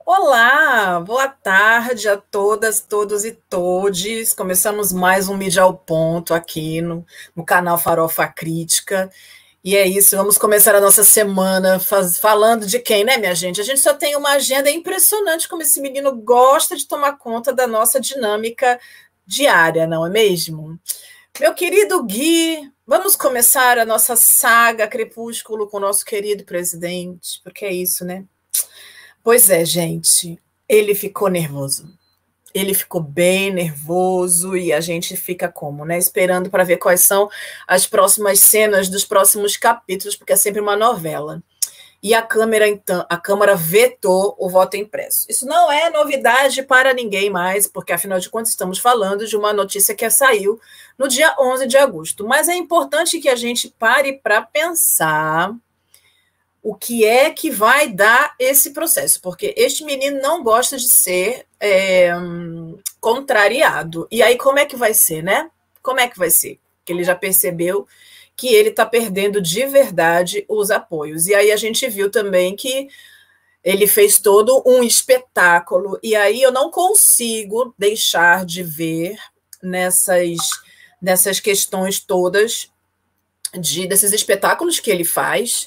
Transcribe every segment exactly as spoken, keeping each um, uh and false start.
Olá, boa tarde a todas, todos e todes. Começamos mais um Mídia ao Ponto aqui no, no canal Farofa Crítica. E é isso, vamos começar a nossa semana faz- falando de quem, né, minha gente? A gente só tem uma agenda é impressionante como esse menino gosta de tomar conta da nossa dinâmica diária, não é mesmo? Meu querido Gui, vamos começar a nossa saga Crepúsculo com o nosso querido presidente, porque é isso, né? Pois é, gente, ele ficou nervoso. Ele ficou bem nervoso e a gente fica como, né? Esperando para ver quais são as próximas cenas dos próximos capítulos, porque é sempre uma novela. E a Câmara, então, a Câmara vetou o voto impresso. Isso não é novidade para ninguém mais, porque afinal de contas estamos falando de uma notícia que saiu no dia onze de agosto. Mas é importante que a gente pare para pensar o que é que vai dar esse processo, porque este menino não gosta de ser é, contrariado. E aí, como é que vai ser, né? Como é que vai ser? Que ele já percebeu que ele está perdendo de verdade os apoios. E aí a gente viu também que ele fez todo um espetáculo, e aí eu não consigo deixar de ver nessas, nessas questões todas de desses espetáculos que ele faz,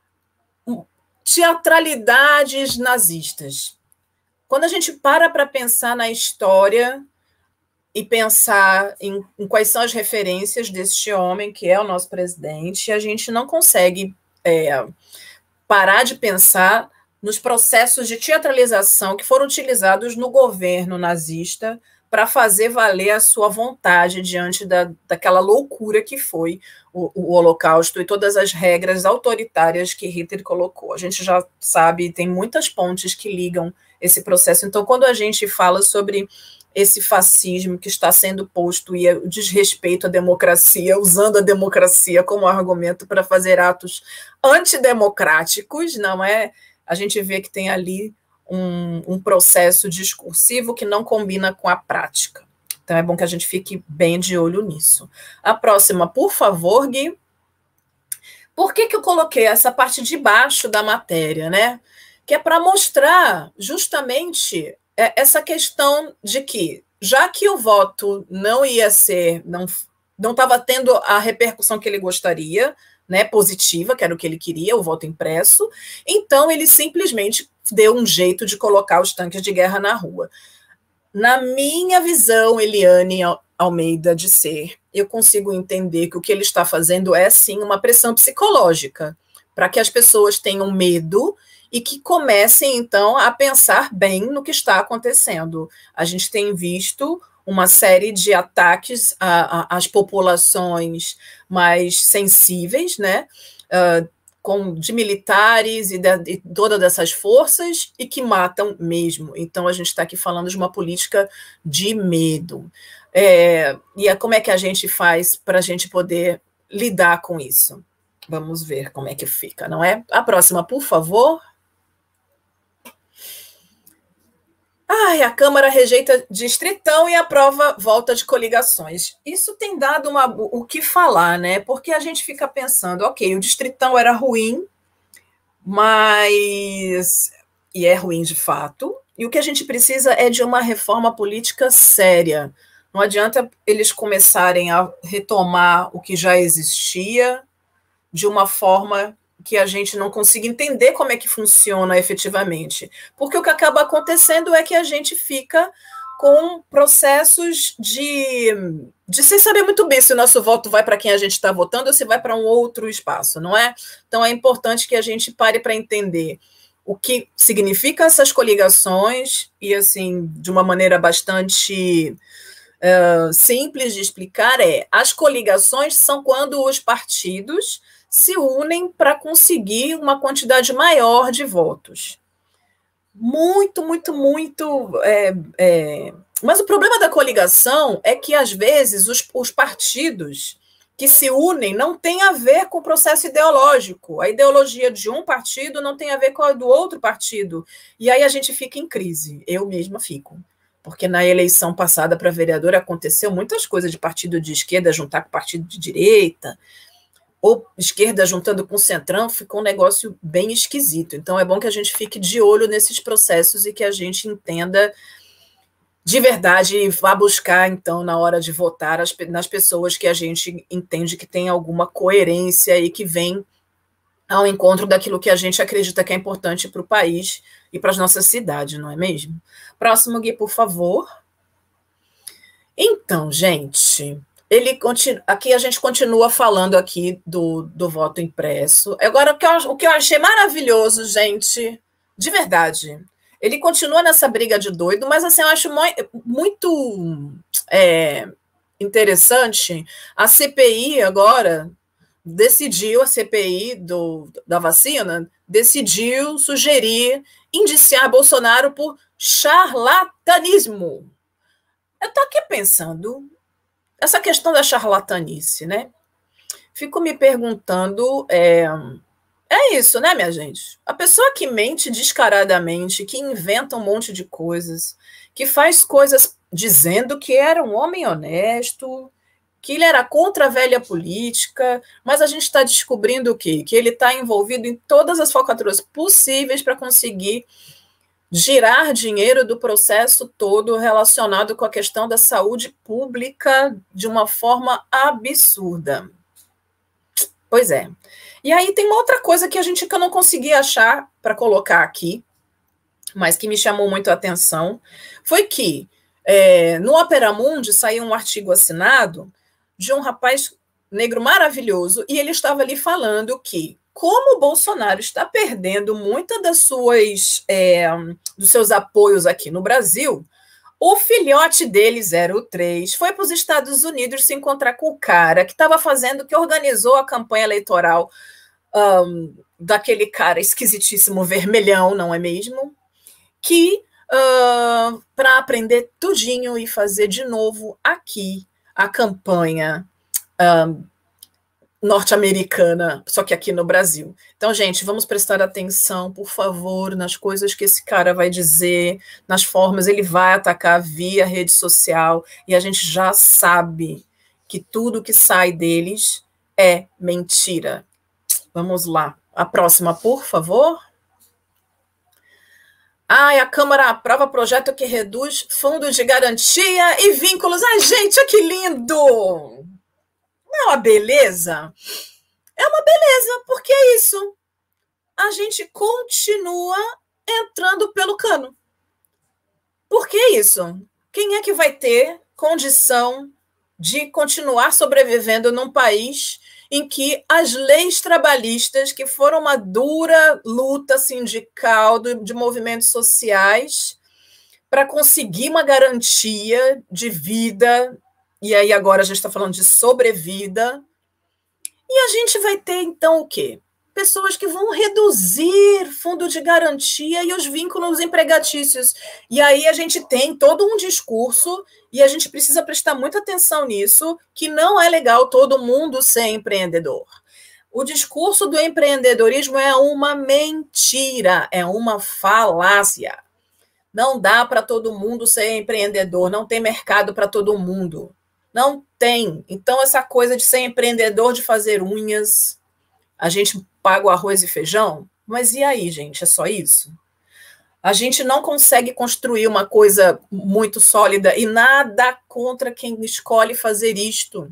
teatralidades nazistas. Quando a gente para para pensar na história e pensar em, em, quais são as referências deste homem, que é o nosso presidente, a gente não consegue é, parar de pensar nos processos de teatralização que foram utilizados no governo nazista para fazer valer a sua vontade diante da, daquela loucura que foi o, o Holocausto e todas as regras autoritárias que Hitler colocou. A gente já sabe, tem muitas pontes que ligam esse processo. Então, quando a gente fala sobre esse fascismo que está sendo posto e o desrespeito à democracia, usando a democracia como argumento para fazer atos antidemocráticos, não é? A gente vê que tem ali um, um processo discursivo que não combina com a prática. Então é bom que a gente fique bem de olho nisso. A próxima, por favor, Gui. Por que, que eu coloquei essa parte de baixo da matéria, né? Que é para mostrar justamente essa questão de que, já que o voto não ia ser, não não estava tendo a repercussão que ele gostaria, né, positiva, que era o que ele queria, o voto impresso, então ele simplesmente deu um jeito de colocar os tanques de guerra na rua. Na minha visão, Eliane Almeida de ser, eu consigo entender que o que ele está fazendo é, sim, uma pressão psicológica, para que as pessoas tenham medo e que comecem, então, a pensar bem no que está acontecendo. A gente tem visto uma série de ataques às populações mais sensíveis, né? Uh, com, de militares e de, de todas essas forças e que matam mesmo. Então, a gente está aqui falando de uma política de medo. É, e é, como é que a gente faz para a gente poder lidar com isso? Vamos ver como é que fica, não é? A próxima, por favor. Ai, a Câmara rejeita distritão e aprova volta de coligações. Isso tem dado uma, o que falar, né? Porque a gente fica pensando, ok, o distritão era ruim, mas. E é ruim de fato. E o que a gente precisa é de uma reforma política séria. Não adianta eles começarem a retomar o que já existia de uma forma que a gente não consiga entender como é que funciona efetivamente. Porque o que acaba acontecendo é que a gente fica com processos de, de sem saber muito bem se o nosso voto vai para quem a gente está votando ou se vai para um outro espaço, não é? Então é importante que a gente pare para entender o que significa essas coligações e, assim, de uma maneira bastante uh, simples de explicar, é as coligações são quando os partidos se unem para conseguir uma quantidade maior de votos. Muito, muito, muito. É, é... Mas o problema da coligação é que, às vezes, os, os partidos que se unem não tem a ver com o processo ideológico. A ideologia de um partido não tem a ver com a do outro partido. E aí a gente fica em crise. Eu mesma fico. Porque na eleição passada para vereador aconteceu muitas coisas de partido de esquerda juntar com partido de direita. ou esquerda juntando com o centrão, ficou um negócio bem esquisito. Então, é bom que a gente fique de olho nesses processos e que a gente entenda de verdade e vá buscar, então, na hora de votar, as, nas pessoas que a gente entende que tem alguma coerência e que vem ao encontro daquilo que a gente acredita que é importante para o país e para as nossas cidades, não é mesmo? Próximo, Gui, por favor. Então, gente, ele continua, aqui a gente continua falando aqui do, do voto impresso. Agora, o que, eu, o que eu achei maravilhoso, gente, de verdade, ele continua nessa briga de doido, mas assim, eu acho muito é, interessante. A C P I agora decidiu, a C P I do, da vacina, decidiu sugerir indiciar Bolsonaro por charlatanismo. Eu estou aqui pensando, essa questão da charlatanice, né? Fico me perguntando, é, é isso, né, minha gente? A pessoa que mente descaradamente, que inventa um monte de coisas, que faz coisas dizendo que era um homem honesto, que ele era contra a velha política, mas a gente está descobrindo o quê? Que ele está envolvido em todas as falcatruas possíveis para conseguir girar dinheiro do processo todo relacionado com a questão da saúde pública de uma forma absurda. Pois é. E aí tem uma outra coisa que a gente que eu não consegui achar para colocar aqui, mas que me chamou muito a atenção, foi que é, no Opera Mundi saiu um artigo assinado de um rapaz negro maravilhoso, e ele estava ali falando que como o Bolsonaro está perdendo muitas das suas, é, dos seus apoios aqui no Brasil, o filhote dele, zero três, foi para os Estados Unidos se encontrar com o cara que estava fazendo, que organizou a campanha eleitoral um, daquele cara esquisitíssimo vermelhão, não é mesmo? Que uh, para aprender tudinho e fazer de novo aqui a campanha um, norte-americana, só que aqui no Brasil. Então, gente, vamos prestar atenção, por favor, nas coisas que esse cara vai dizer, nas formas, ele vai atacar via rede social, e a gente já sabe que tudo que sai deles é mentira. Vamos lá. A próxima, por favor. Ah, a Câmara aprova projeto que reduz fundos de garantia e vínculos. Ai, gente, que lindo! Não é uma beleza? É uma beleza, porque é isso. A gente continua entrando pelo cano. Por que isso? Quem é que vai ter condição de continuar sobrevivendo num país em que as leis trabalhistas, que foram uma dura luta sindical de movimentos sociais para conseguir uma garantia de vida, e aí agora a gente está falando de sobrevida, e a gente vai ter, então, o quê? Pessoas que vão reduzir fundo de garantia e os vínculos empregatícios. E aí a gente tem todo um discurso, e a gente precisa prestar muita atenção nisso, que não é legal todo mundo ser empreendedor. O discurso do empreendedorismo é uma mentira, é uma falácia. Não dá para todo mundo ser empreendedor, não tem mercado para todo mundo. Não tem. Então, essa coisa de ser empreendedor, de fazer unhas, a gente paga o arroz e feijão, mas e aí, gente? É só isso? A gente não consegue construir uma coisa muito sólida, e nada contra quem escolhe fazer isto.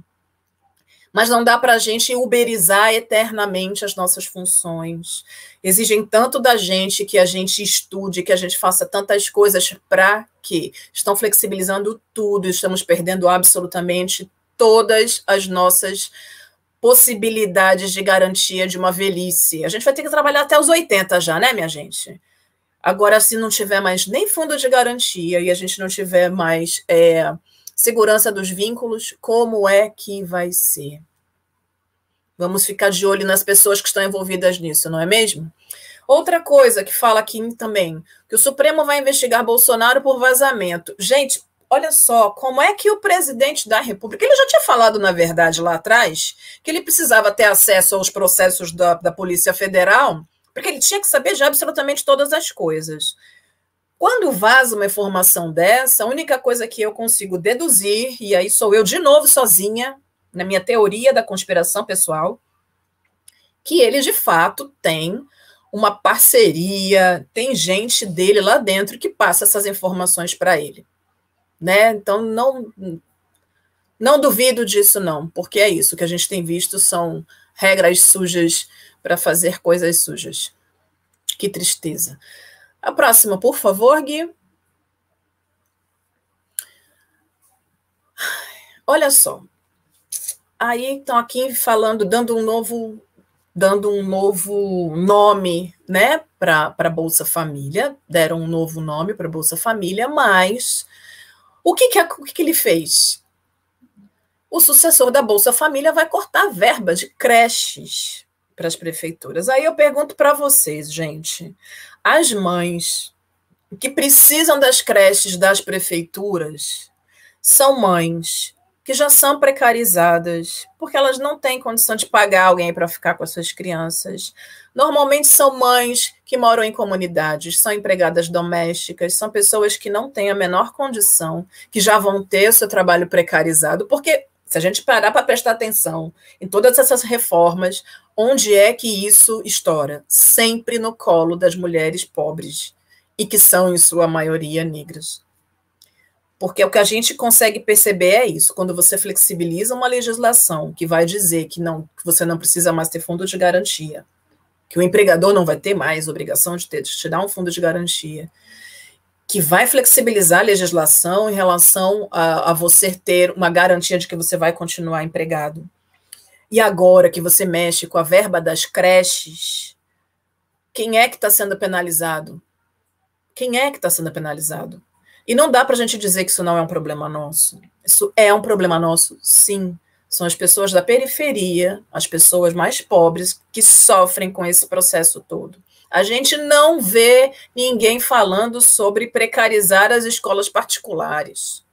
Mas não dá para a gente uberizar eternamente as nossas funções. Exigem tanto da gente que a gente estude, que a gente faça tantas coisas para quê? Estão flexibilizando tudo, estamos perdendo absolutamente todas as nossas possibilidades de garantia de uma velhice. A gente vai ter que trabalhar até os oitenta já, né, minha gente? Agora, se não tiver mais nem fundo de garantia e a gente não tiver mais é, segurança dos vínculos, como é que vai ser? Vamos ficar de olho nas pessoas que estão envolvidas nisso, não é mesmo? Outra coisa que fala aqui também, que o Supremo vai investigar Bolsonaro por vazamento. Gente, olha só, como é que o presidente da República, ele já tinha falado, na verdade, lá atrás, que ele precisava ter acesso aos processos da, da Polícia Federal, porque ele tinha que saber de absolutamente todas as coisas. Quando vaza uma informação dessa, a única coisa que eu consigo deduzir, e aí sou eu de novo sozinha, na minha teoria da conspiração pessoal, que ele, de fato, tem uma parceria, tem gente dele lá dentro que passa essas informações para ele. Né? Então, não, não duvido disso, não, porque é isso que a gente tem visto, são regras sujas para fazer coisas sujas. Que tristeza. A próxima, por favor, Gui. Olha só. Aí estão aqui falando, dando um novo, dando um novo nome, né, para a Bolsa Família. Deram um novo nome para a Bolsa Família, mas o que, que, o que, que ele fez? O sucessor da Bolsa Família vai cortar verba de creches para as prefeituras. Aí eu pergunto para vocês, gente, as mães que precisam das creches das prefeituras são mães que já são precarizadas, porque elas não têm condição de pagar alguém para ficar com as suas crianças. Normalmente são mães que moram em comunidades, são empregadas domésticas, são pessoas que não têm a menor condição, que já vão ter o seu trabalho precarizado, porque se a gente parar para prestar atenção em todas essas reformas, onde é que isso estoura? Sempre no colo das mulheres pobres, e que são, em sua maioria, negras. Porque o que a gente consegue perceber é isso, quando você flexibiliza uma legislação que vai dizer que, não, que você não precisa mais ter fundo de garantia, que o empregador não vai ter mais obrigação de, ter, de te dar um fundo de garantia, que vai flexibilizar a legislação em relação a, a você ter uma garantia de que você vai continuar empregado. E agora que você mexe com a verba das creches, quem é que está sendo penalizado? Quem é que está sendo penalizado? E não dá para a gente dizer que isso não é um problema nosso. Isso é um problema nosso, sim. São as pessoas da periferia, as pessoas mais pobres, que sofrem com esse processo todo. A gente não vê ninguém falando sobre precarizar as escolas particulares.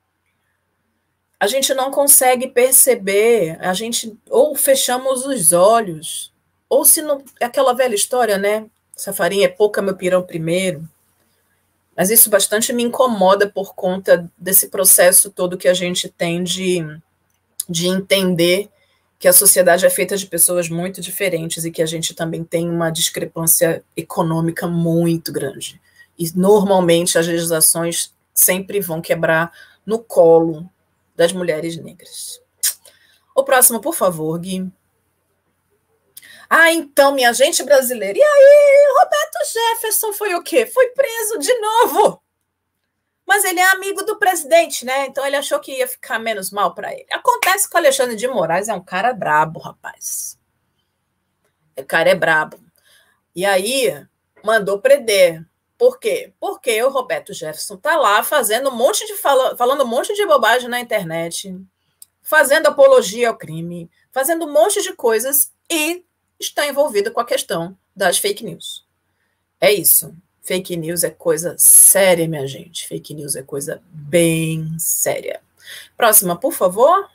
A gente não consegue perceber, a gente ou fechamos os olhos, ou se não... Aquela velha história, né? Essa farinha é pouca, meu pirão primeiro. Mas isso bastante me incomoda por conta desse processo todo que a gente tem de, de entender que a sociedade é feita de pessoas muito diferentes e que a gente também tem uma discrepância econômica muito grande. E, normalmente, as legislações sempre vão quebrar no colo das mulheres negras. O próximo, por favor, Gui. Ah, então, minha gente brasileira, e aí, Roberto Jefferson foi o quê? Foi preso de novo. Mas ele é amigo do presidente, né? Então ele achou que ia ficar menos mal para ele. Acontece que o Alexandre de Moraes é um cara brabo, rapaz. O cara é brabo. E aí, mandou prender. Por quê? Porque o Roberto Jefferson tá lá fazendo um monte de fala, falando um monte de bobagem na internet, fazendo apologia ao crime, fazendo um monte de coisas e está envolvido com a questão das fake news. É isso. Fake news é coisa séria, minha gente. Fake news é coisa bem séria. Próxima, por favor.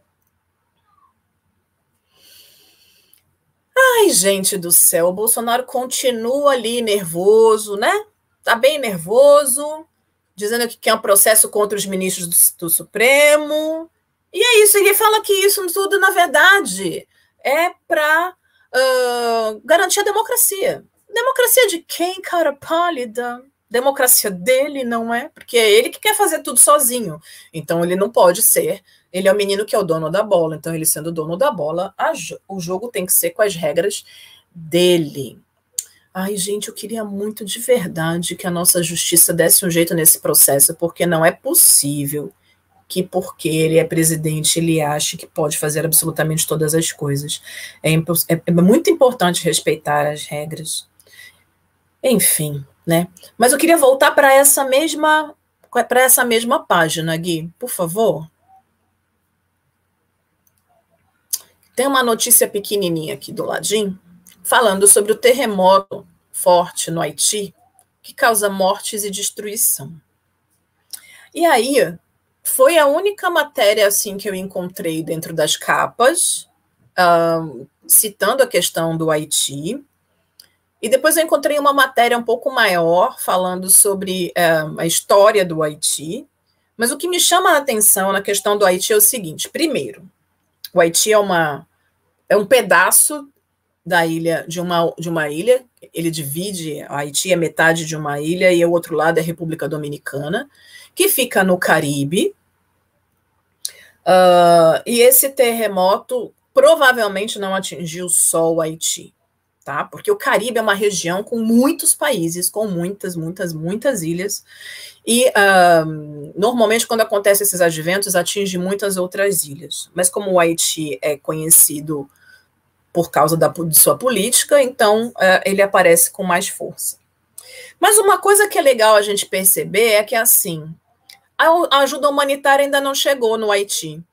Ai, gente do céu, o Bolsonaro continua ali nervoso, né? Tá bem nervoso, dizendo que quer um processo contra os ministros do, do Supremo. E é isso, ele fala que isso tudo, na verdade, é para Uh, garantir a democracia. Democracia de quem, cara pálida? Democracia dele, não é? Porque é ele que quer fazer tudo sozinho. Então ele não pode ser. Ele é o menino que é o dono da bola. Então ele sendo o dono da bola, a, o jogo tem que ser com as regras dele. Ai, gente, eu queria muito de verdade que a nossa justiça desse um jeito nesse processo, porque não é possível que porque ele é presidente, ele acha que pode fazer absolutamente todas as coisas. É, é, é muito importante respeitar as regras. Enfim, né? Mas eu queria voltar para essa mesma para essa mesma página, Gui, por favor. Tem uma notícia pequenininha aqui do ladinho, falando sobre o terremoto forte no Haiti, que causa mortes e destruição. E aí, foi a única matéria assim que eu encontrei dentro das capas, uh, citando a questão do Haiti. E depois eu encontrei uma matéria um pouco maior, falando sobre uh, a história do Haiti. Mas o que me chama a atenção na questão do Haiti é o seguinte. Primeiro, o Haiti é, uma, é um pedaço da ilha, de uma, de uma ilha, ele divide, a Haiti é metade de uma ilha e o outro lado é a República Dominicana, que fica no Caribe, uh, e esse terremoto provavelmente não atingiu só o Haiti, tá? Porque o Caribe é uma região com muitos países, com muitas, muitas, muitas ilhas, e uh, normalmente quando acontecem esses adventos atinge muitas outras ilhas, mas como o Haiti é conhecido por causa da, de sua política, então uh, ele aparece com mais força. Mas uma coisa que é legal a gente perceber é que, assim, a ajuda humanitária ainda não chegou no Haiti.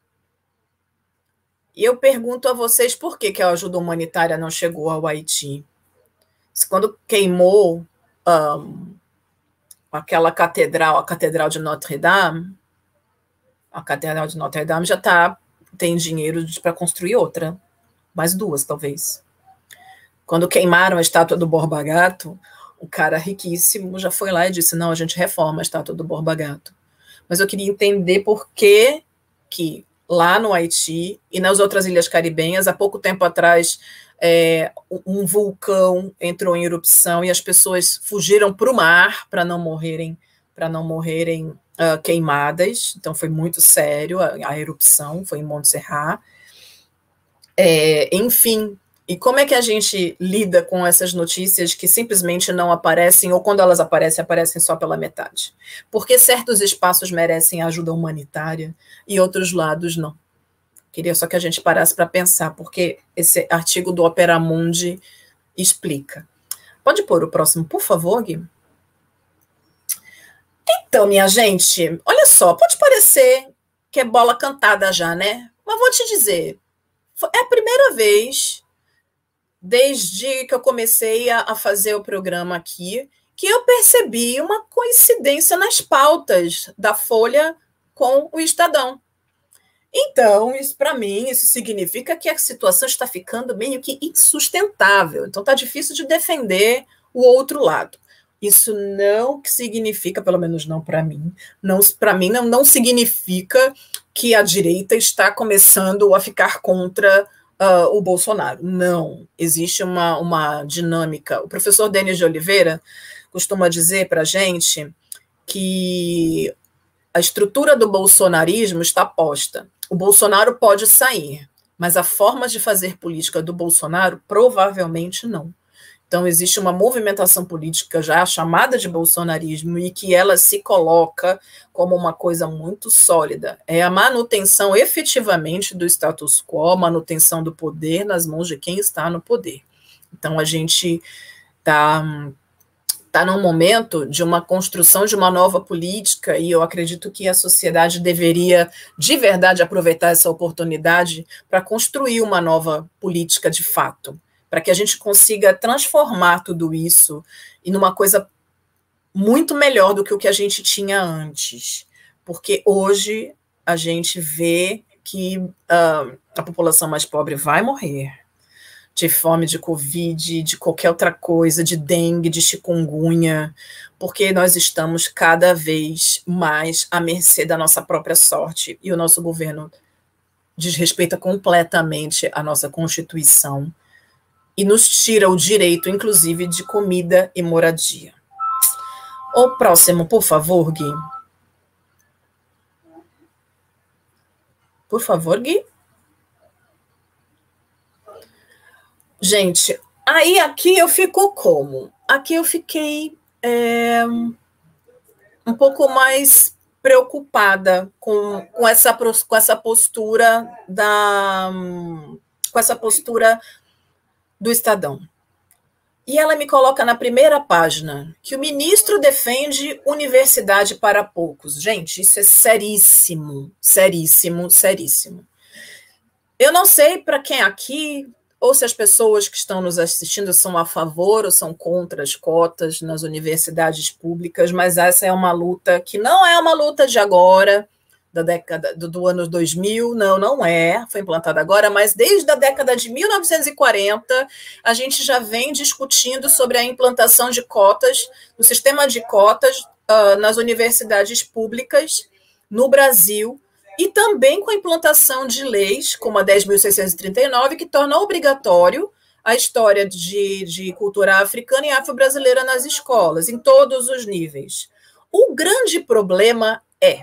E eu pergunto a vocês por que, que a ajuda humanitária não chegou ao Haiti. Quando queimou um, aquela catedral, a Catedral de Notre-Dame, a Catedral de Notre-Dame já tá, tem dinheiro para construir outra, mais duas, talvez. Quando queimaram a estátua do Borba Gato, o cara riquíssimo já foi lá e disse, não, a gente reforma a estátua do Borba Gato. Mas eu queria entender por que, que lá no Haiti e nas outras ilhas caribenhas, há pouco tempo atrás, é, um vulcão entrou em erupção e as pessoas fugiram para o mar para não morrerem, para não morrerem uh, queimadas. Então foi muito sério a, a erupção, foi em Montserrat. É, enfim, e como é que a gente lida com essas notícias que simplesmente não aparecem, ou quando elas aparecem, aparecem só pela metade? Porque certos espaços merecem ajuda humanitária e outros lados não. Queria só que a gente parasse para pensar, porque esse artigo do Opera Mundi explica. Pode pôr o próximo, por favor, Gui? Então, minha gente, olha só, pode parecer que é bola cantada já, né? Mas vou te dizer, é a primeira vez, desde que eu comecei a, a fazer o programa aqui, que eu percebi uma coincidência nas pautas da Folha com o Estadão. Então, isso para mim, isso significa que a situação está ficando meio que insustentável. Então, está difícil de defender o outro lado. Isso não significa, pelo menos não para mim, não, para mim não, não significa que a direita está começando a ficar contra uh, o Bolsonaro. Não, existe uma, uma dinâmica. O professor Denis de Oliveira costuma dizer para a gente que a estrutura do bolsonarismo está posta. O Bolsonaro pode sair, mas a forma de fazer política do Bolsonaro provavelmente não. Então, existe uma movimentação política já chamada de bolsonarismo e que ela se coloca como uma coisa muito sólida. É a manutenção efetivamente do status quo, a manutenção do poder nas mãos de quem está no poder. Então, a gente está tá num momento de uma construção de uma nova política e eu acredito que a sociedade deveria, de verdade, aproveitar essa oportunidade para construir uma nova política de fato, para que a gente consiga transformar tudo isso em uma coisa muito melhor do que o que a gente tinha antes. Porque hoje a gente vê que uh, a população mais pobre vai morrer de fome, de Covid, de qualquer outra coisa, de dengue, de chikungunya, porque nós estamos cada vez mais à mercê da nossa própria sorte e o nosso governo desrespeita completamente a nossa Constituição e nos tira o direito, inclusive, de comida e moradia. O próximo, por favor, Gui. Por favor, Gui. Gente, aí aqui eu fico como? Aqui eu fiquei é, um pouco mais preocupada com, com, essa, com essa postura da... com essa postura do Estadão. E ela me coloca na primeira página que o ministro defende universidade para poucos. Gente, isso é seríssimo, seríssimo, seríssimo. Eu não sei para quem aqui, ou se as pessoas que estão nos assistindo são a favor ou são contra as cotas nas universidades públicas, mas essa é uma luta que não é uma luta de agora, da década do, do ano dois mil, não, não é, foi implantada agora, mas desde a década de mil novecentos e quarenta, a gente já vem discutindo sobre a implantação de cotas, do sistema de cotas uh, nas universidades públicas no Brasil, e também com a implantação de leis, como a dez mil seiscentos e trinta e nove, que torna obrigatório a história de, de cultura africana e afro-brasileira nas escolas, em todos os níveis. O grande problema é,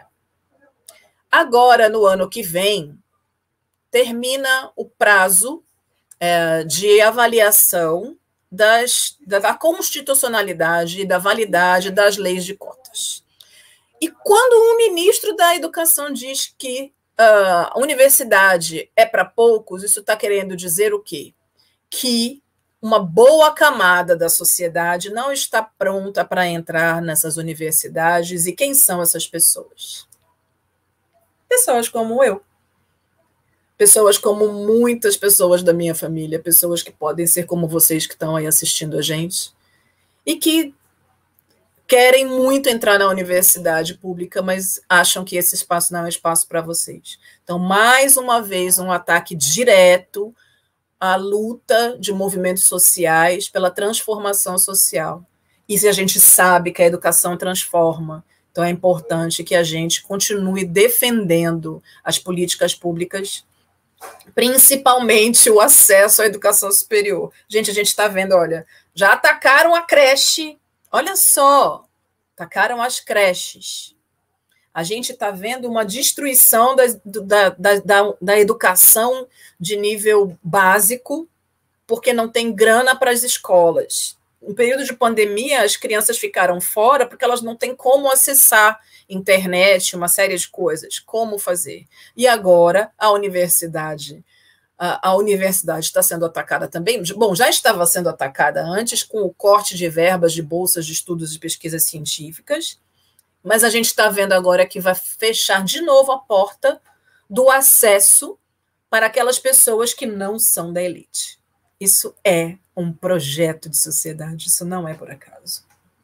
agora, no ano que vem, termina o prazo é, de avaliação das, da, da constitucionalidade e da validade das leis de cotas. E quando um ministro da Educação diz que uh, a universidade é para poucos, isso está querendo dizer o quê? Que uma boa camada da sociedade não está pronta para entrar nessas universidades. E quem são essas pessoas? Pessoas como eu. Pessoas como muitas pessoas da minha família, pessoas que podem ser como vocês que estão aí assistindo a gente, e que querem muito entrar na universidade pública, mas acham que esse espaço não é espaço para vocês. Então, mais uma vez, um ataque direto à luta de movimentos sociais pela transformação social. E se a gente sabe que a educação transforma, então é importante que a gente continue defendendo as políticas públicas, principalmente o acesso à educação superior. Gente, a gente está vendo, olha, já atacaram a creche. Olha só, atacaram as creches. A gente está vendo uma destruição da, da, da, da educação de nível básico, porque não tem grana para as escolas. No período de pandemia, as crianças ficaram fora porque elas não têm como acessar internet, uma série de coisas, como fazer. E agora a universidade... A, a universidade está sendo atacada também. Bom, já estava sendo atacada antes com o corte de verbas de bolsas de estudos e pesquisas científicas, mas a gente está vendo agora que vai fechar de novo a porta do acesso para aquelas pessoas que não são da elite. Isso é um projeto de sociedade, isso não é por acaso.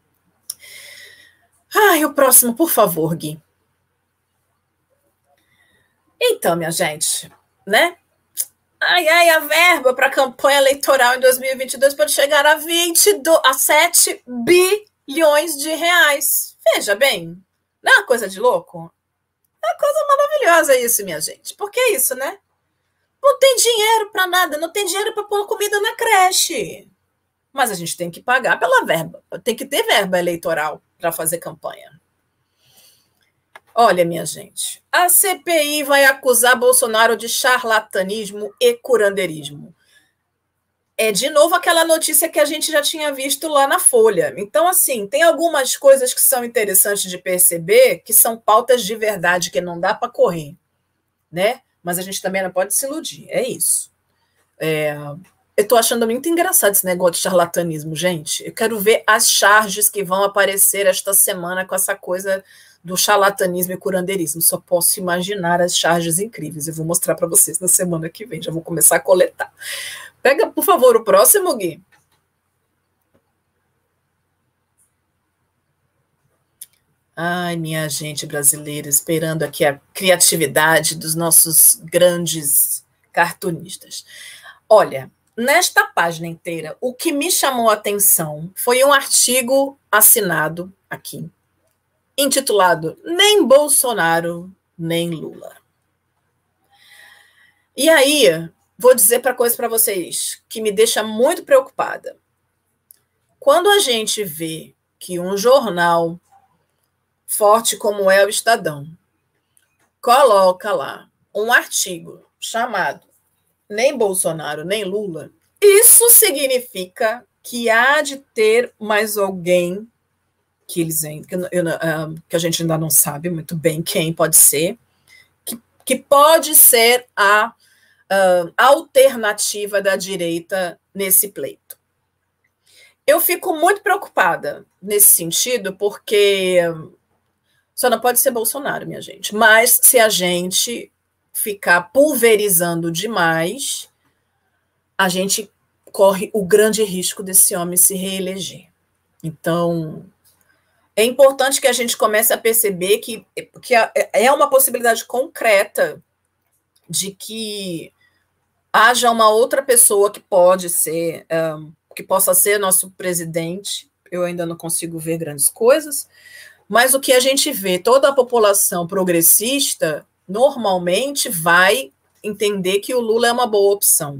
Ai, o próximo, por favor, Gui. Então, minha gente, né? Ai, ai, a verba para a campanha eleitoral em dois mil e vinte e dois pode chegar a, vinte e dois, a sete bilhões de reais. Veja bem, não é uma coisa de louco? É uma coisa maravilhosa isso, minha gente. Por que isso, né? Não tem dinheiro para nada, não tem dinheiro para pôr comida na creche. Mas a gente tem que pagar pela verba, tem que ter verba eleitoral para fazer campanha. Olha, minha gente, a C P I vai acusar Bolsonaro de charlatanismo e curandeirismo. É, de novo, aquela notícia que a gente já tinha visto lá na Folha. Então, assim, tem algumas coisas que são interessantes de perceber, que são pautas de verdade, que não dá para correr, né? Mas a gente também não pode se iludir, é isso. É, eu estou achando muito engraçado esse negócio de charlatanismo, gente. Eu quero ver as charges que vão aparecer esta semana com essa coisa do charlatanismo e curandeirismo. Só posso imaginar as charges incríveis. Eu vou mostrar para vocês na semana que vem. Já vou começar a coletar. Pega, por favor, o próximo, Gui. Ai, minha gente brasileira, esperando aqui a criatividade dos nossos grandes cartunistas. Olha, nesta página inteira, o que me chamou a atenção foi um artigo assinado aqui, intitulado Nem Bolsonaro, nem Lula. E aí, vou dizer para coisa para vocês que me deixa muito preocupada. Quando a gente vê que um jornal forte como é o Estadão coloca lá um artigo chamado Nem Bolsonaro, nem Lula, isso significa que há de ter mais alguém que eles que, eu, que a gente ainda não sabe muito bem quem pode ser, que, que pode ser a uh, alternativa da direita nesse pleito. Eu fico muito preocupada nesse sentido, porque só não pode ser Bolsonaro, minha gente, mas se a gente ficar pulverizando demais, a gente corre o grande risco desse homem se reeleger. Então, é importante que a gente comece a perceber que, que é uma possibilidade concreta de que haja uma outra pessoa que pode ser, um, que possa ser nosso presidente. Eu ainda não consigo ver grandes coisas, mas o que a gente vê, toda a população progressista normalmente vai entender que o Lula é uma boa opção.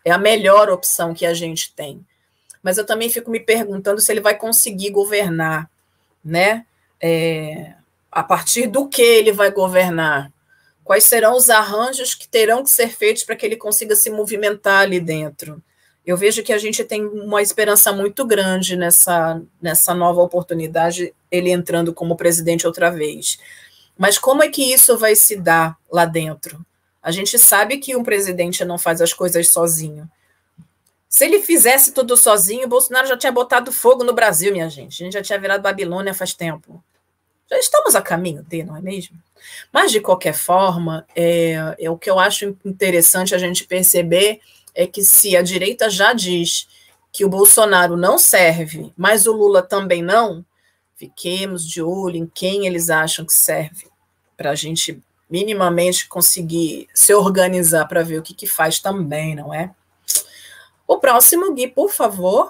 é a melhor opção que a gente tem. Mas eu também fico me perguntando se ele vai conseguir governar, né? É, a partir do que ele vai governar? Quais serão os arranjos que terão que ser feitos para que ele consiga se movimentar ali dentro? Eu vejo que a gente tem uma esperança muito grande nessa, nessa nova oportunidade, ele entrando como presidente outra vez. Mas como é que isso vai se dar lá dentro? A gente sabe que um presidente não faz as coisas sozinho. Se ele fizesse tudo sozinho, o Bolsonaro já tinha botado fogo no Brasil, minha gente. A gente já tinha virado Babilônia faz tempo. Já estamos a caminho dele, não é mesmo? Mas, de qualquer forma, é, é o que eu acho interessante a gente perceber é que se a direita já diz que o Bolsonaro não serve, mas o Lula também não, fiquemos de olho em quem eles acham que serve, para a gente minimamente conseguir se organizar para ver o que, que faz também, não é? O próximo, Gui, por favor.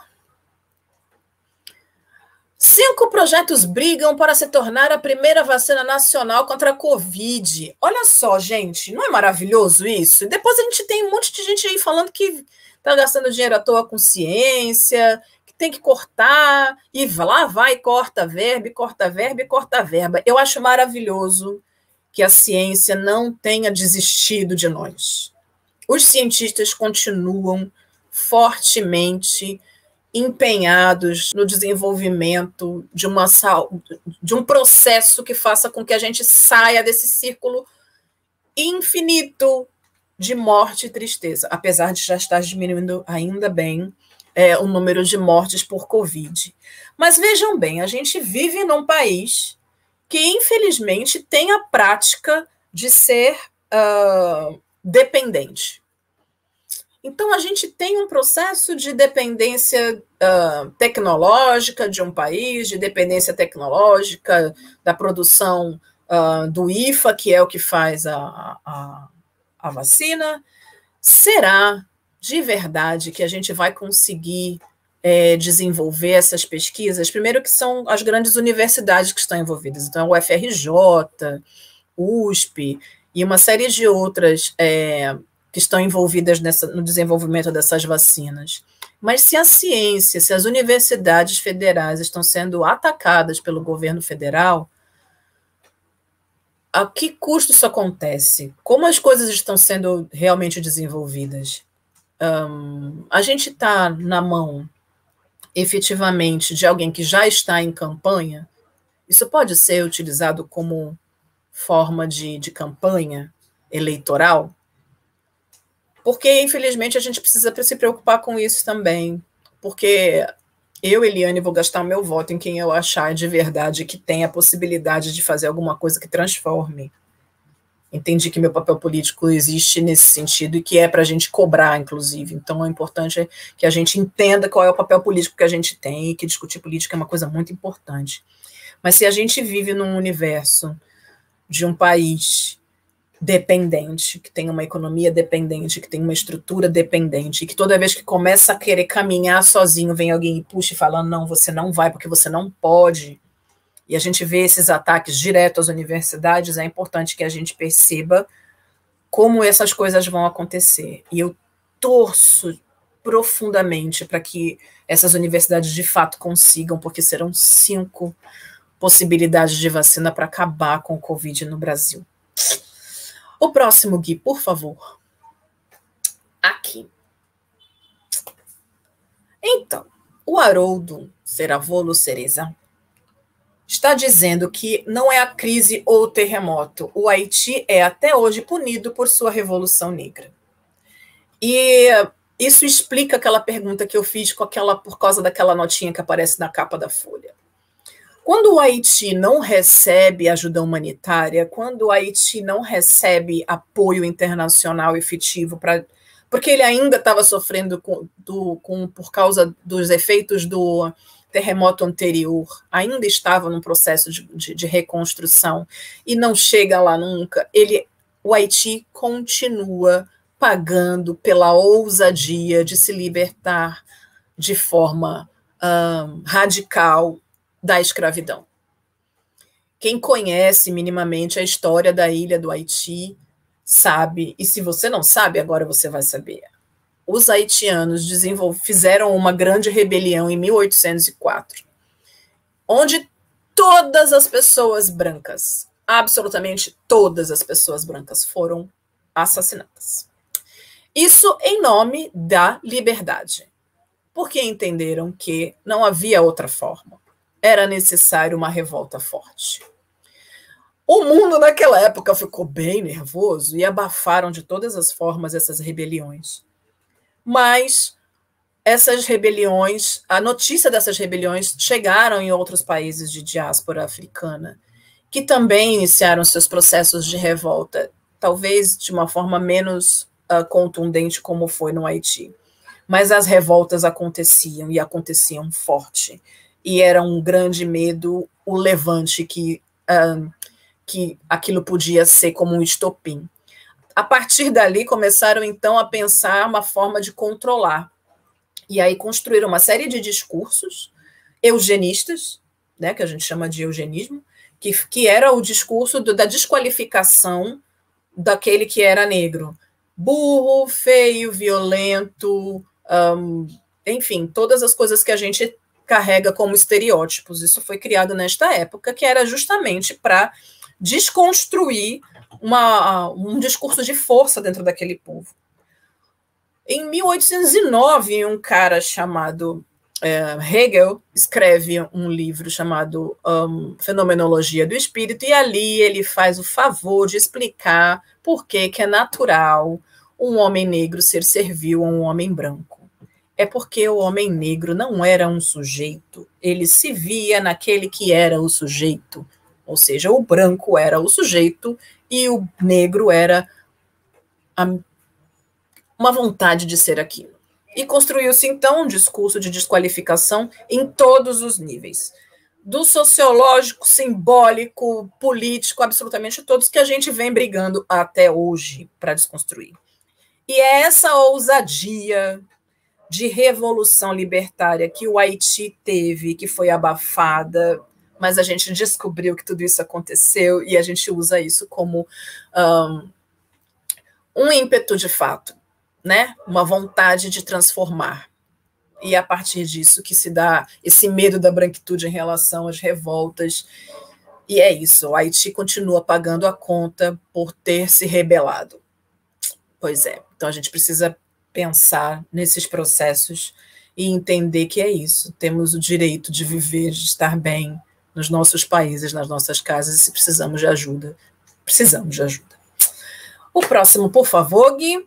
Cinco projetos brigam para se tornar a primeira vacina nacional contra a Covid. Olha só, gente, não é maravilhoso isso? E depois a gente tem um monte de gente aí falando que está gastando dinheiro à toa com ciência, que tem que cortar, e lá vai, corta verba, corta verba, corta verba. Eu acho maravilhoso que a ciência não tenha desistido de nós. Os cientistas continuam fortemente empenhados no desenvolvimento de, uma, de um processo que faça com que a gente saia desse círculo infinito de morte e tristeza, apesar de já estar diminuindo ainda bem é, o número de mortes por Covid. Mas vejam bem, a gente vive num país que, infelizmente, tem a prática de ser uh, dependente. Então, a gente tem um processo de dependência uh, tecnológica de um país, de dependência tecnológica da produção uh, do I F A, que é o que faz a, a, a vacina. Será de verdade que a gente vai conseguir é, desenvolver essas pesquisas? Primeiro que são as grandes universidades que estão envolvidas, então o F R J, U S P e uma série de outras é, que estão envolvidas nessa, no desenvolvimento dessas vacinas. Mas se a ciência, se as universidades federais estão sendo atacadas pelo governo federal, a que custo isso acontece? Como as coisas estão sendo realmente desenvolvidas? Um, a gente está na mão, efetivamente, de alguém que já está em campanha? Isso pode ser utilizado como forma de, de campanha eleitoral? Porque, infelizmente, a gente precisa se preocupar com isso também, porque eu, Eliane, vou gastar o meu voto em quem eu achar de verdade que tem a possibilidade de fazer alguma coisa que transforme. Entendi que meu papel político existe nesse sentido e que é para a gente cobrar, inclusive. Então, é importante que a gente entenda qual é o papel político que a gente tem e que discutir política é uma coisa muito importante. Mas se a gente vive num universo de um país dependente, que tem uma economia dependente, que tem uma estrutura dependente, que toda vez que começa a querer caminhar sozinho, vem alguém e puxa e fala, não, você não vai porque você não pode, e a gente vê esses ataques direto às universidades, é importante que a gente perceba como essas coisas vão acontecer. E eu torço profundamente para que essas universidades de fato consigam, porque serão cinco possibilidades de vacina para acabar com o Covid no Brasil. O próximo, Gui, por favor. Aqui. Então, o Haroldo Ceravolo Cereza está dizendo que não é a crise ou o terremoto. O Haiti é até hoje punido por sua Revolução Negra. E isso explica aquela pergunta que eu fiz com aquela, por causa daquela notinha que aparece na capa da Folha. Quando o Haiti não recebe ajuda humanitária, quando o Haiti não recebe apoio internacional efetivo, pra, porque ele ainda estava sofrendo com, do, com, por causa dos efeitos do terremoto anterior, ainda estava num processo de, de, de reconstrução e não chega lá nunca, ele, o Haiti continua pagando pela ousadia de se libertar de forma um, radical da escravidão. Quem conhece minimamente a história da ilha do Haiti sabe, e se você não sabe, agora você vai saber. os haitianos fizeram uma grande rebelião em mil oitocentos e quatro, onde todas as pessoas brancas, absolutamente todas as pessoas brancas foram assassinadas. Isso em nome da liberdade, porque entenderam que não havia outra forma. Era necessário uma revolta forte. O mundo naquela época ficou bem nervoso e abafaram de todas as formas essas rebeliões. Mas essas rebeliões, a notícia dessas rebeliões chegaram em outros países de diáspora africana, que também iniciaram seus processos de revolta, talvez de uma forma menos uh, contundente como foi no Haiti. Mas as revoltas aconteciam e aconteciam forte. E era um grande medo o levante que, uh, que aquilo podia ser como um estopim. A partir dali, começaram, então, a pensar uma forma de controlar. E aí construíram uma série de discursos eugenistas, né, que a gente chama de eugenismo, que, que era o discurso do, da desqualificação daquele que era negro. Burro, feio, violento, um, enfim, todas as coisas que a gente carrega como estereótipos. Isso foi criado nesta época, que era justamente para desconstruir uma, um discurso de força dentro daquele povo. Em mil oitocentos e nove, um cara chamado é, Hegel escreve um livro chamado um, Fenomenologia do Espírito, e ali ele faz o favor de explicar por que, que é natural um homem negro ser servil a um homem branco. É porque o homem negro não era um sujeito, ele se via naquele que era o sujeito, ou seja, o branco era o sujeito e o negro era a, uma vontade de ser aquilo. E construiu-se, então, um discurso de desqualificação em todos os níveis, do sociológico, simbólico, político, absolutamente todos que a gente vem brigando até hoje para desconstruir. E é essa ousadia de revolução libertária que o Haiti teve, que foi abafada, mas a gente descobriu que tudo isso aconteceu e a gente usa isso como um, um ímpeto de fato, né? Uma vontade de transformar. E é a partir disso que se dá esse medo da branquitude em relação às revoltas. E é isso, o Haiti continua pagando a conta por ter se rebelado. Pois é, então a gente precisa pensar nesses processos e entender que é isso. Temos o direito de viver, de estar bem nos nossos países, nas nossas casas, e se precisamos de ajuda, precisamos de ajuda. O próximo, por favor, Gui.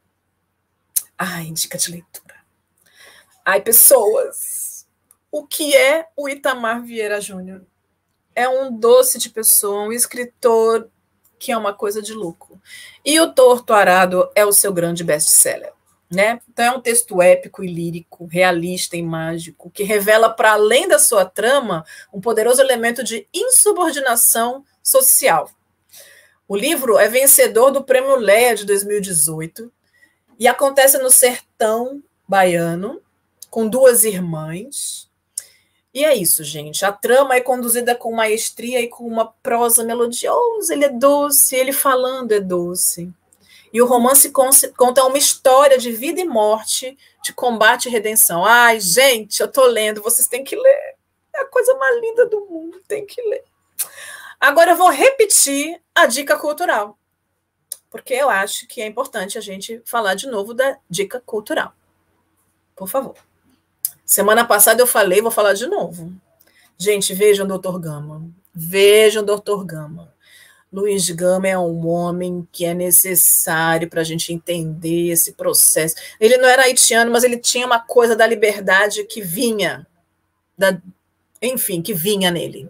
Ai, dica de leitura. Ai, pessoas, o que é o Itamar Vieira Júnior? É um doce de pessoa, um escritor que é uma coisa de louco. E o Torto Arado é o seu grande best-seller, né? Então é um texto épico e lírico, realista e mágico, que revela, para além da sua trama, um poderoso elemento de insubordinação social. O livro é vencedor do Prêmio Leia de dois mil e dezoito e acontece no sertão baiano, com duas irmãs. E é isso, gente. A trama é conduzida com maestria e com uma prosa melodiosa. Ele é doce, ele falando é doce. E o romance conta uma história de vida e morte, de combate e redenção. Ai, gente, eu tô lendo, vocês têm que ler. É a coisa mais linda do mundo, tem que ler. Agora eu vou repetir a dica cultural, porque eu acho que é importante a gente falar de novo da dica cultural. Por favor. Semana passada eu falei, vou falar de novo. Gente, vejam o doutor Gama. Vejam o doutor Gama. Luiz Gama é um homem que é necessário para a gente entender esse processo. Ele não era haitiano, mas ele tinha uma coisa da liberdade que vinha, da, enfim, que vinha nele.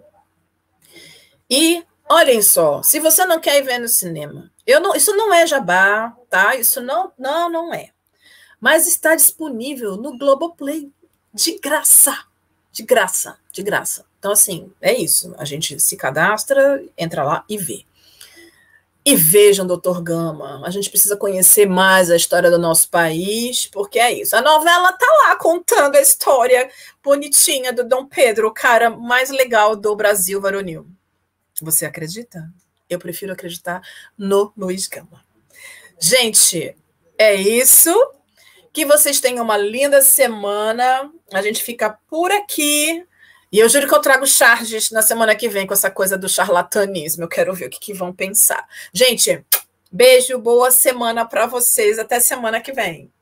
E, olhem só, se você não quer ir ver no cinema, eu não, isso não é jabá, tá? Isso não, não, não é. Mas está disponível no Globoplay, de graça, de graça, de graça. Então, assim, é isso. A gente se cadastra, entra lá e vê. E vejam, doutor Gama, a gente precisa conhecer mais a história do nosso país, porque é isso. A novela tá lá contando a história bonitinha do Dom Pedro, o cara mais legal do Brasil varonil. Você acredita? Eu prefiro acreditar no Luiz Gama. Gente, é isso. Que vocês tenham uma linda semana. A gente fica por aqui. E eu juro que eu trago charges na semana que vem com essa coisa do charlatanismo. Eu quero ver o que, que vão pensar. Gente, beijo, boa semana para vocês. Até semana que vem.